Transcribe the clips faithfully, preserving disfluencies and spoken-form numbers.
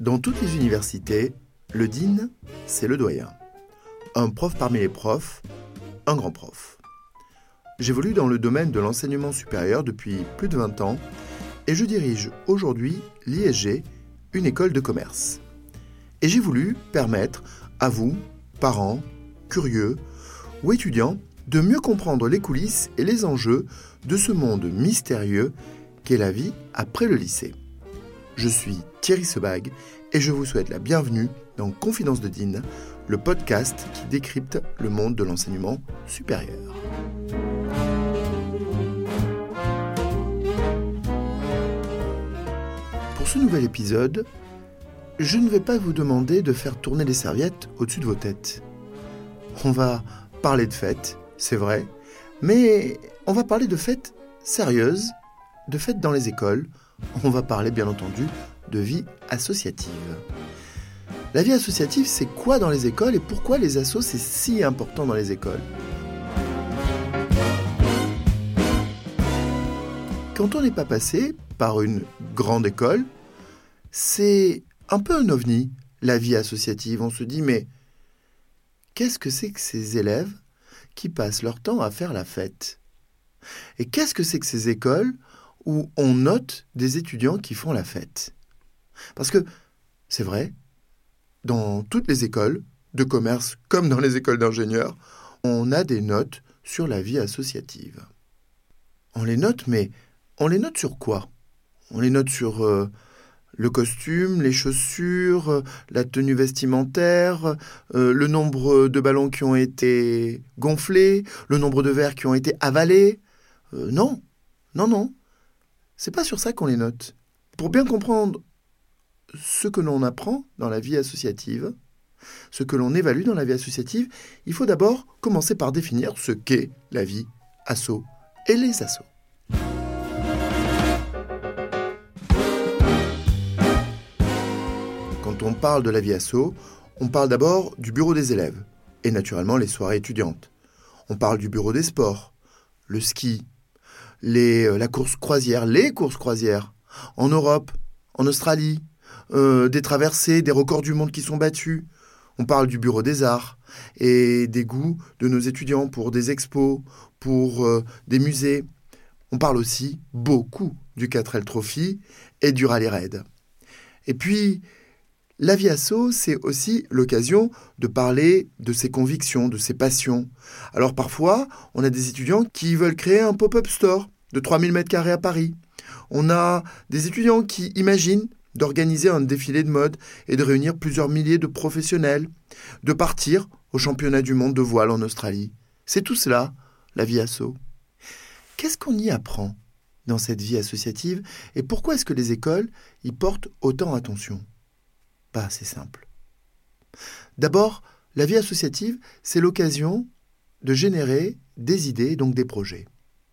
Dans toutes les universités, le dean, c'est le doyen. Un prof parmi les profs, un grand prof. J'évolue dans le domaine de l'enseignement supérieur depuis plus de vingt ans et je dirige aujourd'hui l'I S G, une école de commerce. Et j'ai voulu permettre à vous, parents, curieux ou étudiants, de mieux comprendre les coulisses et les enjeux de ce monde mystérieux qu'est la vie après le lycée. Je suis Thierry Sebag et je vous souhaite la bienvenue dans Confidence de Dean, le podcast qui décrypte le monde de l'enseignement supérieur. Pour ce nouvel épisode, je ne vais pas vous demander de faire tourner les serviettes au-dessus de vos têtes. On va parler de fêtes, c'est vrai, mais on va parler de fêtes sérieuses, de fêtes dans les écoles. On va parler bien entendu de vie associative. La vie associative, c'est quoi dans les écoles et pourquoi les assos, c'est si important dans les écoles ? Quand on n'est pas passé par une grande école, c'est un peu un ovni, la vie associative. On se dit, mais qu'est-ce que c'est que ces élèves qui passent leur temps à faire la fête ? Et qu'est-ce que c'est que ces écoles où on note des étudiants qui font la fête ? Parce que, c'est vrai, dans toutes les écoles de commerce, comme dans les écoles d'ingénieurs, on a des notes sur la vie associative. On les note, mais on les note sur quoi ? On les note sur euh, le costume, les chaussures, euh, la tenue vestimentaire, euh, le nombre de ballons qui ont été gonflés, le nombre de verres qui ont été avalés. Euh, non, non, non. C'est pas sur ça qu'on les note. Pour bien comprendre ce que l'on apprend dans la vie associative, ce que l'on évalue dans la vie associative, il faut d'abord commencer par définir ce qu'est la vie asso et les assos. Quand on parle de la vie asso, on parle d'abord du bureau des élèves et naturellement les soirées étudiantes. On parle du bureau des sports, le ski, les, euh, la course croisière, les courses croisières en Europe, en Australie, euh, des traversées, des records du monde qui sont battus. On parle du bureau des arts et des goûts de nos étudiants pour des expos, pour euh, des musées. On parle aussi beaucoup du quatre L Trophy et du Rallye Raid. Et puis, la vie asso, c'est aussi l'occasion de parler de ses convictions, de ses passions. Alors parfois, on a des étudiants qui veulent créer un pop-up store de trois mille mètres carrés à Paris. On a des étudiants qui imaginent d'organiser un défilé de mode et de réunir plusieurs milliers de professionnels, de partir au championnat du monde de voile en Australie. C'est tout cela, la vie asso. Qu'est-ce qu'on y apprend dans cette vie associative et pourquoi est-ce que les écoles y portent autant attention ? Bah, c'est simple. D'abord, la vie associative, c'est l'occasion de générer des idées, donc des projets.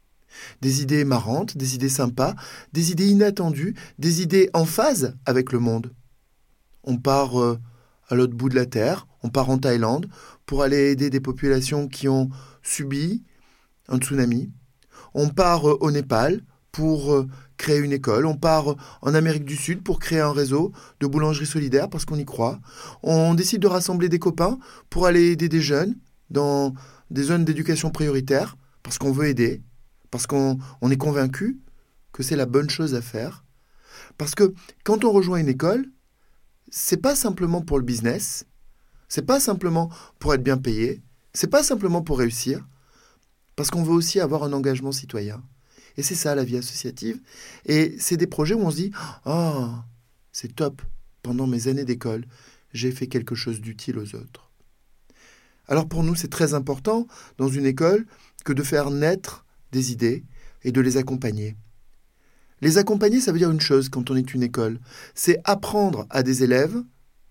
Des idées marrantes, des idées sympas, des idées inattendues, des idées en phase avec le monde. On part euh, à l'autre bout de la Terre, on part en Thaïlande pour aller aider des populations qui ont subi un tsunami. On part euh, au Népal pour euh, créer une école. On part en Amérique du Sud pour créer un réseau de boulangeries solidaires parce qu'on y croit. On décide de rassembler des copains pour aller aider des jeunes dans des zones d'éducation prioritaire parce qu'on veut aider, parce qu'on on est convaincu que c'est la bonne chose à faire. Parce que quand on rejoint une école, c'est pas simplement pour le business, c'est pas simplement pour être bien payé, c'est pas simplement pour réussir, parce qu'on veut aussi avoir un engagement citoyen. Et c'est ça la vie associative. Et c'est des projets où on se dit « Oh, c'est top, pendant mes années d'école, j'ai fait quelque chose d'utile aux autres. » Alors pour nous, c'est très important dans une école que de faire naître des idées et de les accompagner. Les accompagner, ça veut dire une chose quand on est une école, c'est apprendre à des élèves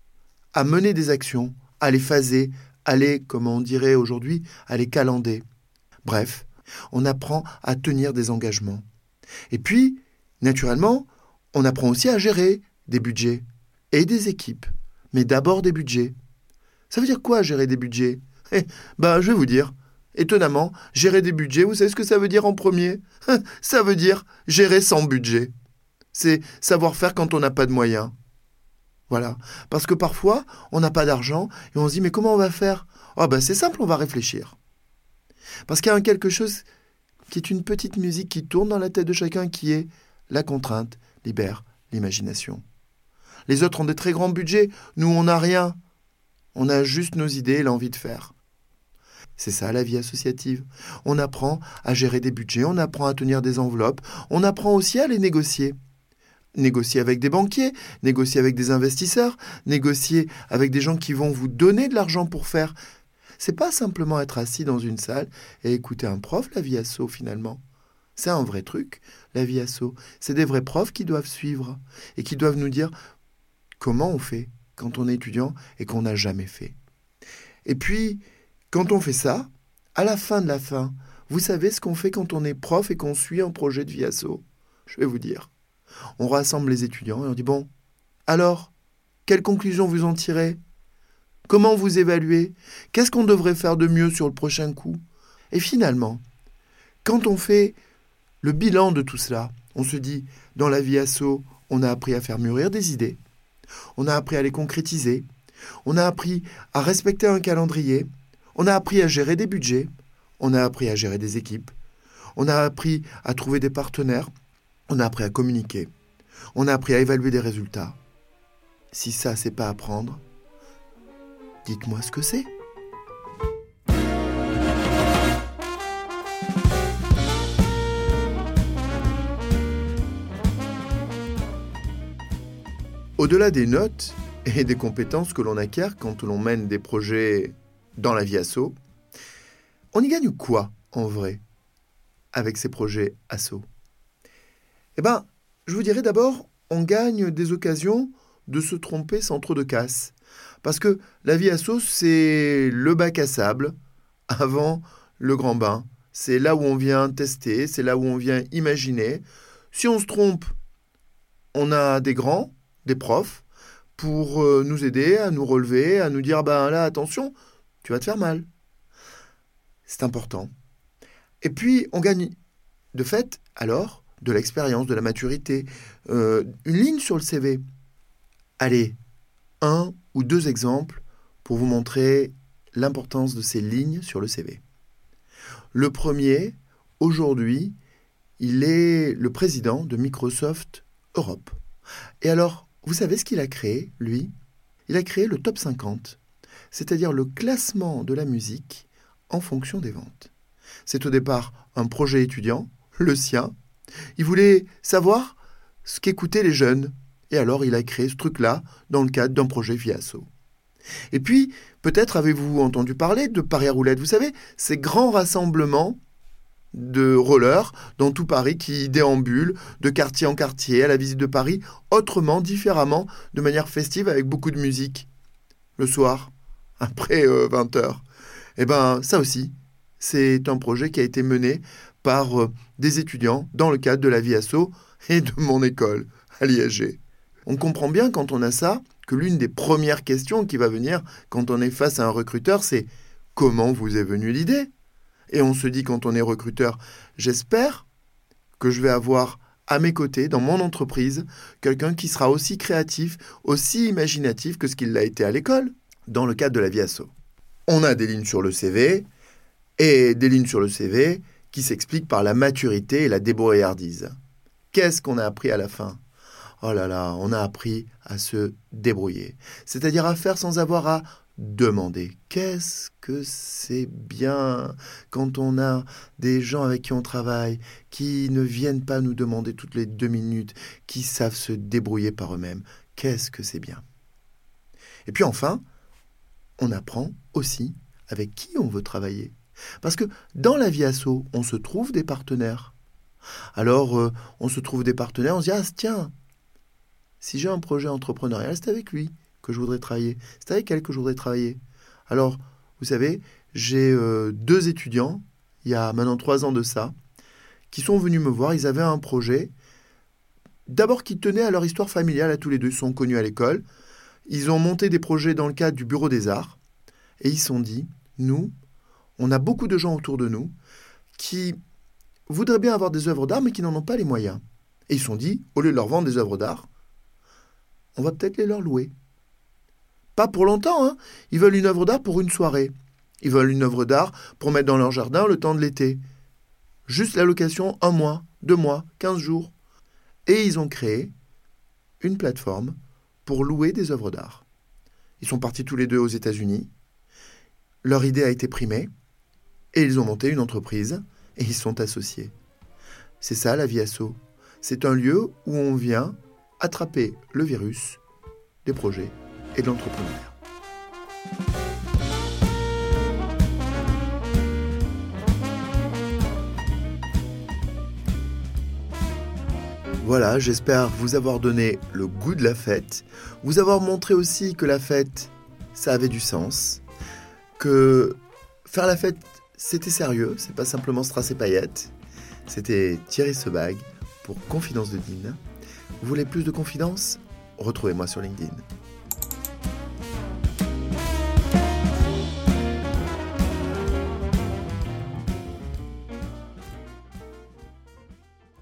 à mener des actions, à les phaser, à les, comme on dirait aujourd'hui, à les calander. Bref, on apprend à tenir des engagements. Et puis, naturellement, on apprend aussi à gérer des budgets et des équipes, mais d'abord des budgets. Ça veut dire quoi, gérer des budgets ? Eh ben, je vais vous dire. Étonnamment, gérer des budgets, vous savez ce que ça veut dire en premier ? Ça veut dire gérer sans budget. C'est savoir faire quand on n'a pas de moyens. Voilà. Parce que parfois, on n'a pas d'argent et on se dit, mais comment on va faire ? Oh ben c'est simple, on va réfléchir. Parce qu'il y a quelque chose qui est une petite musique qui tourne dans la tête de chacun, qui est la contrainte libère l'imagination. Les autres ont des très grands budgets, nous on n'a rien. On a juste nos idées et l'envie de faire. C'est ça la vie associative. On apprend à gérer des budgets, on apprend à tenir des enveloppes, on apprend aussi à les négocier. Négocier avec des banquiers, négocier avec des investisseurs, négocier avec des gens qui vont vous donner de l'argent pour faire. C'est pas simplement être assis dans une salle et écouter un prof, la vie asso finalement. C'est un vrai truc, la vie asso. C'est des vrais profs qui doivent suivre et qui doivent nous dire comment on fait quand on est étudiant et qu'on n'a jamais fait. Et puis, quand on fait ça, à la fin de la fin, vous savez ce qu'on fait quand on est prof et qu'on suit un projet de vie asso ? Je vais vous dire. On rassemble les étudiants et on dit « Bon, alors, quelles conclusions vous en tirez ? Comment vous évaluez ? Qu'est-ce qu'on devrait faire de mieux sur le prochain coup ?» Et finalement, quand on fait le bilan de tout cela, on se dit « Dans la vie asso, on a appris à faire mûrir des idées, on a appris à les concrétiser, on a appris à respecter un calendrier, on a appris à gérer des budgets, on a appris à gérer des équipes, on a appris à trouver des partenaires, on a appris à communiquer, on a appris à évaluer des résultats. Si ça, c'est pas apprendre, dites-moi ce que c'est. » Au-delà des notes et des compétences que l'on acquiert quand l'on mène des projets dans la vie asso, on y gagne quoi en vrai avec ces projets asso ? Eh bien, je vous dirais d'abord, on gagne des occasions de se tromper sans trop de casse. Parce que la vie asso, c'est le bac à sable avant le grand bain. C'est là où on vient tester, c'est là où on vient imaginer. Si on se trompe, on a des grands, des profs, pour euh, nous aider à nous relever, à nous dire, ben là, attention, tu vas te faire mal. C'est important. Et puis, on gagne de fait, alors, de l'expérience, de la maturité, euh, une ligne sur le C V. Allez, un ou deux exemples pour vous montrer l'importance de ces lignes sur le C V. Le premier, aujourd'hui, il est le président de Microsoft Europe. Et alors, vous savez ce qu'il a créé, lui ? Il a créé le top cinquante, c'est-à-dire le classement de la musique en fonction des ventes. C'est au départ un projet étudiant, le sien. Il voulait savoir ce qu'écoutaient les jeunes. Et alors, il a créé ce truc-là dans le cadre d'un projet vie asso. Et puis, peut-être avez-vous entendu parler de Paris à roulettes. Vous savez, ces grands rassemblements de rollers dans tout Paris qui déambulent de quartier en quartier à la visite de Paris, autrement, différemment, de manière festive avec beaucoup de musique. Le soir, après euh, vingt heures. Eh bien, ça aussi, c'est un projet qui a été mené par euh, des étudiants dans le cadre de la vie asso et de mon école à l'I S G. On comprend bien quand on a ça que l'une des premières questions qui va venir quand on est face à un recruteur, c'est « Comment vous est venue l'idée ?» Et on se dit quand on est recruteur, j'espère que je vais avoir à mes côtés, dans mon entreprise, quelqu'un qui sera aussi créatif, aussi imaginatif que ce qu'il l'a été à l'école, dans le cadre de la vie asso. On a des lignes sur le C V, et des lignes sur le C V qui s'expliquent par la maturité et la débrouillardise. Qu'est-ce qu'on a appris à la fin ? Oh là là, on a appris à se débrouiller, c'est-à-dire à faire sans avoir à demander. Qu'est-ce que c'est bien quand on a des gens avec qui on travaille, qui ne viennent pas nous demander toutes les deux minutes, qui savent se débrouiller par eux-mêmes. Qu'est-ce que c'est bien. Et puis enfin, on apprend aussi avec qui on veut travailler. Parce que dans la vie asso, on se trouve des partenaires. Alors, euh, on se trouve des partenaires, on se dit « Ah, tiens, si j'ai un projet entrepreneurial, c'est avec lui que je voudrais travailler. C'est avec elle que je voudrais travailler. » Alors, vous savez, j'ai euh, deux étudiants, il y a maintenant trois ans de ça, qui sont venus me voir. Ils avaient un projet, d'abord qui tenait à leur histoire familiale à tous les deux. Ils sont connus à l'école. Ils ont monté des projets dans le cadre du Bureau des Arts. Et ils se sont dit, nous, on a beaucoup de gens autour de nous qui voudraient bien avoir des œuvres d'art, mais qui n'en ont pas les moyens. Et ils se sont dit, au lieu de leur vendre des œuvres d'art, on va peut-être les leur louer. pas pour longtemps, hein. Ils veulent une œuvre d'art pour une soirée. Ils veulent une œuvre d'art pour mettre dans leur jardin le temps de l'été. Juste la location, un mois, deux mois, quinze jours. Et ils ont créé une plateforme pour louer des œuvres d'art. Ils sont partis tous les deux aux États-Unis. Leur idée a été primée. Et ils ont monté une entreprise. Et ils sont associés. C'est ça la vie asso. C'est un lieu où on vient attraper le virus des projets et de l'entrepreneuriat. Voilà, j'espère vous avoir donné le goût de la fête, vous avoir montré aussi que la fête, ça avait du sens, que faire la fête, c'était sérieux, c'est pas simplement strass et paillettes. C'était Thierry Sebag pour Confidence de Dean. Vous voulez plus de confidences ? Retrouvez-moi sur LinkedIn.